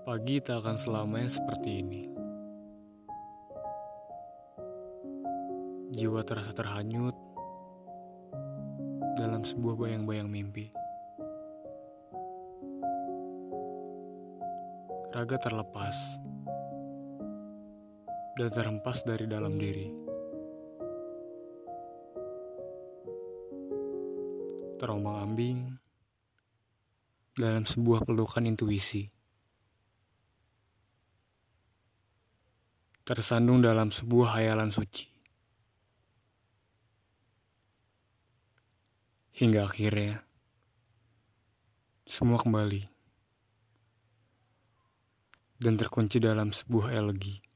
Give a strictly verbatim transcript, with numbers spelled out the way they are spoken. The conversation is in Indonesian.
Pagi tak akan selamanya seperti ini. Jiwa terasa terhanyut dalam sebuah bayang-bayang mimpi. Raga terlepas dan terhempas dari dalam diri. Terombang-ambing dalam sebuah pelukan intuisi. Tersandung dalam sebuah hayalan suci. Hingga akhirnya, semua kembali. Dan terkunci dalam sebuah elegi.